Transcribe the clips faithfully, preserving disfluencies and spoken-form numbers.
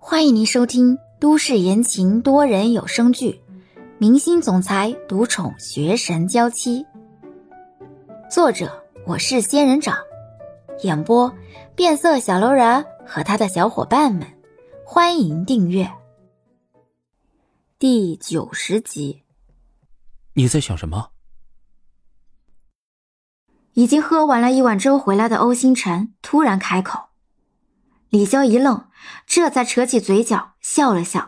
欢迎您收听都市言情多人有声剧《明星总裁独宠学神娇妻》，作者我是仙人掌，演播变色小楼人和他的小伙伴们。欢迎订阅。第九十集。 你在想什么？ 已经喝完了一碗粥回来的欧星辰突然开口。李潇一愣，这才扯起嘴角笑了笑。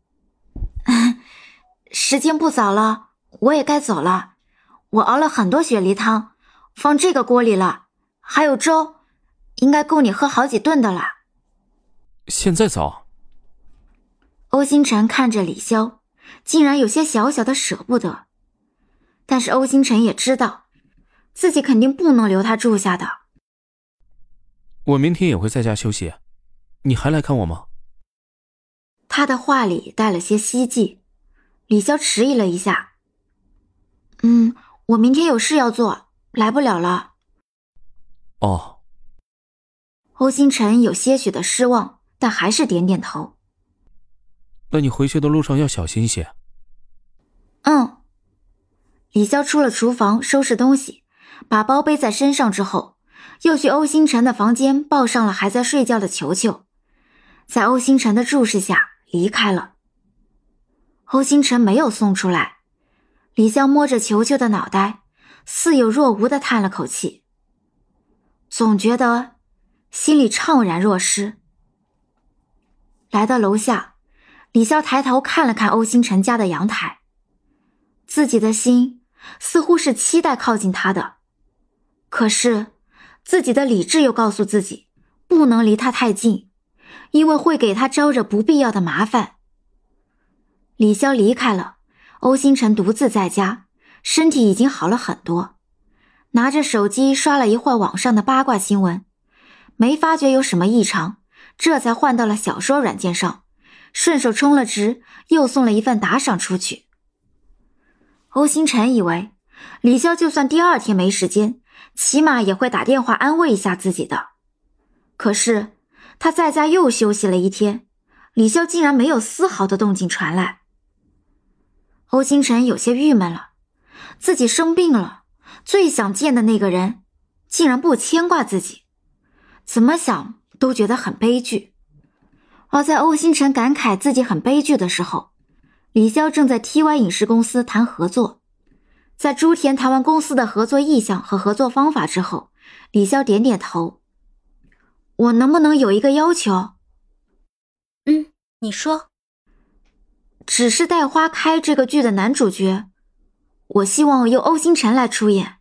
时间不早了，我也该走了。我熬了很多雪梨汤，放这个锅里了，还有粥，应该够你喝好几顿的了。 现在走？ 欧星辰看着李潇，竟然有些小小的舍不得。但是欧星辰也知道，自己肯定不能留他住下的。 我明天也会在家休息，你还来看我吗？ 他的话里带了些希冀。李潇迟疑了一下。嗯，我明天有事要做，来不了了。 哦。 欧星辰有些许的失望，但还是点点头。 那你回去的路上要小心些。 嗯。李潇出了厨房收拾东西，把包背在身上之后，又去欧星辰的房间抱上了还在睡觉的球球，在欧星辰的注视下离开了。欧星辰没有送出来，李潇摸着球球的脑袋，似有若无地叹了口气，总觉得心里怅然若失。来到楼下，李潇抬头看了看欧星辰家的阳台，自己的心似乎是期待靠近他的，可是自己的理智又告诉自己不能离他太近，因为会给他招着不必要的麻烦。李潇离开了，欧星辰独自在家，身体已经好了很多，拿着手机刷了一会儿网上的八卦新闻，没发觉有什么异常，这才换到了小说软件上，顺手充了值，又送了一份打赏出去。欧星辰以为李潇就算第二天没时间，起码也会打电话安慰一下自己的，可是他在家又休息了一天，李潇竟然没有丝毫的动静传来。欧星辰有些郁闷了，自己生病了，最想见的那个人竟然不牵挂自己，怎么想都觉得很悲剧。而在欧星辰感慨自己很悲剧的时候，李潇正在 T Y 影视公司谈合作。在朱田谈完公司的合作意向和合作方法之后，李潇点点头。我能不能有一个要求？ 嗯，你说。 只是待花开这个剧的男主角，我希望由欧星辰来出演。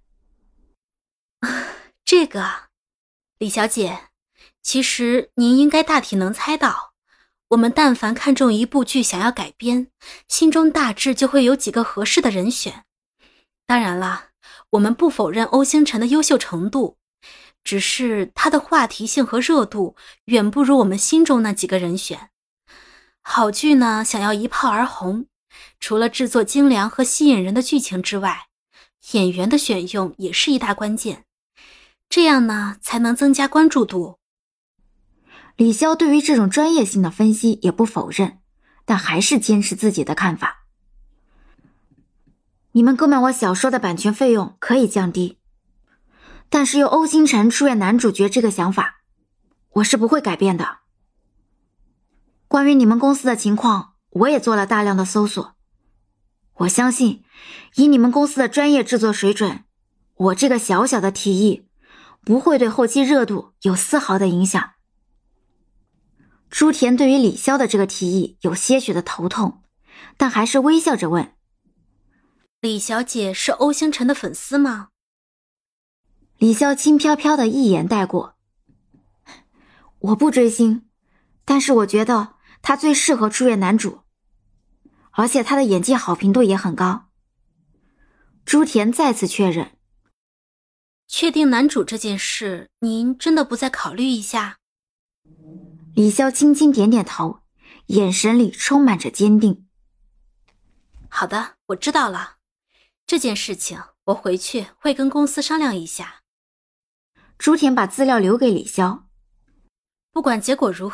这个，李小姐，其实您应该大体能猜到，我们但凡看中一部剧想要改编，心中大致就会有几个合适的人选。当然啦，我们不否认欧星辰的优秀程度，只是他的话题性和热度远不如我们心中那几个人选。好剧呢，想要一炮而红，除了制作精良和吸引人的剧情之外，演员的选用也是一大关键，这样呢才能增加关注度。 李潇对于这种专业性的分析也不否认，但还是坚持自己的看法。你们购买我小说的版权费用可以降低，但是由欧星辰出演男主角这个想法，我是不会改变的。关于你们公司的情况，我也做了大量的搜索。我相信，以你们公司的专业制作水准，我这个小小的提议，不会对后期热度有丝毫的影响。朱田对于李潇的这个提议有些许的头痛，但还是微笑着问： 李小姐是欧星辰的粉丝吗？ 李潇轻飘飘的一言带过。我不追星，但是我觉得他最适合出演男主，而且他的演技好评度也很高。朱田再次确认。 确定男主这件事，您真的不再考虑一下？ 李潇轻轻点点头，眼神里充满着坚定。 好的，我知道了。这件事情我回去会跟公司商量一下。 朱田把资料留给李潇。 不管结果如何，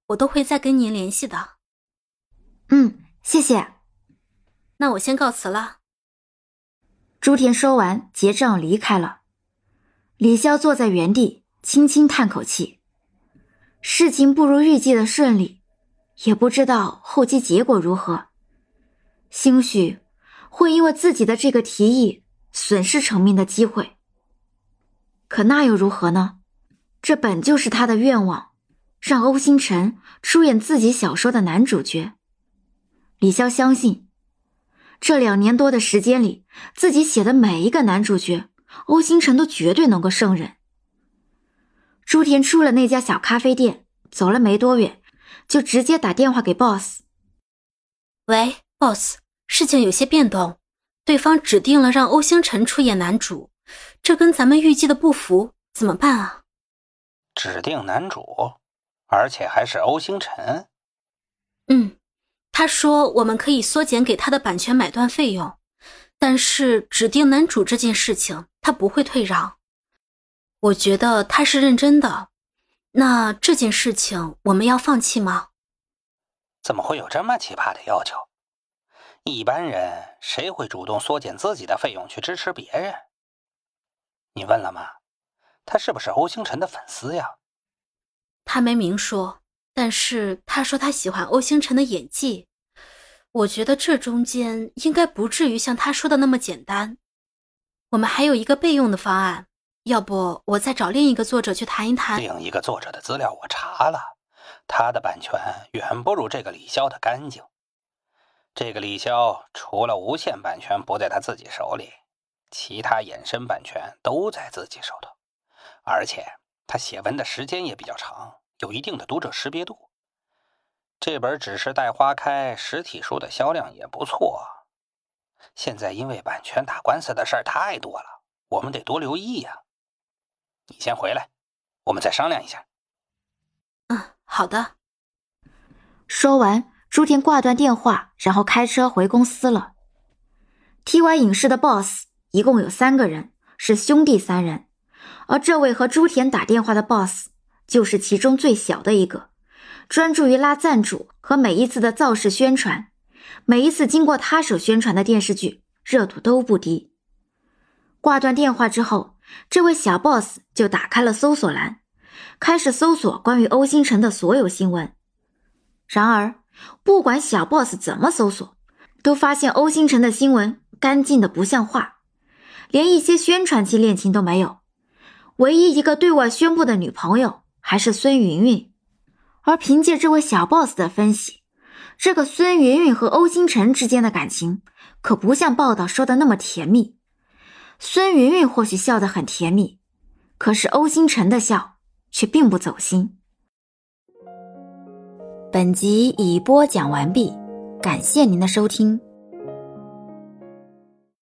我都会再跟您联系的。 嗯，谢谢。 那我先告辞了。 朱田说完结账离开了。李潇坐在原地轻轻叹口气，事情不如预计的顺利，也不知道后期结果如何，兴许会因为自己的这个提议损失成名的机会。可那又如何呢？这本就是他的愿望，让欧星辰出演自己小说的男主角。李潇相信，这两年多的时间里，自己写的每一个男主角，欧星辰都绝对能够胜任。朱田出了那家小咖啡店，走了没多远，就直接打电话给 boss。 喂 boss， 事情有些变动，对方指定了让欧星辰出演男主，这跟咱们预计的不符，怎么办啊？ 指定男主，而且还是欧星辰。 嗯，他说我们可以缩减给他的版权买断费用，但是指定男主这件事情他不会退让。我觉得他是认真的，那这件事情我们要放弃吗？ 怎么会有这么奇葩的要求？一般人谁会主动缩减自己的费用去支持别人？你问了吗？他是不是欧星辰的粉丝呀？ 他没明说，但是他说他喜欢欧星辰的演技。我觉得这中间应该不至于像他说的那么简单。我们还有一个备用的方案，要不我再找另一个作者去谈一谈。 另一个作者的资料我查了，他的版权远不如这个李潇的干净。这个李潇除了无限版权不在他自己手里，其他衍生版权都在自己手头，而且他写文的时间也比较长，有一定的读者识别度。这本《只是待花开》实体书的销量也不错。现在因为版权打官司的事儿太多了，我们得多留意呀。你先回来，我们再商量一下。 嗯，好的。 说完，朱田挂断电话，然后开车回公司了。T Y 影视的 boss 一共有三个人，是兄弟三人，而这位和朱田打电话的 boss 就是其中最小的一个，专注于拉赞助和每一次的造势宣传，每一次经过他手宣传的电视剧热度都不低。挂断电话之后，这位小 boss 就打开了搜索栏，开始搜索关于欧星辰的所有新闻。然而不管小 boss 怎么搜索，都发现欧星辰的新闻干净的不像话，连一些宣传期恋情都没有，唯一一个对外宣布的女朋友还是孙云云。而凭借这位小 boss 的分析，这个孙云云和欧星辰之间的感情可不像报道说的那么甜蜜。孙云云或许笑得很甜蜜，可是欧星辰的笑却并不走心。本集已播讲完毕，感谢您的收听。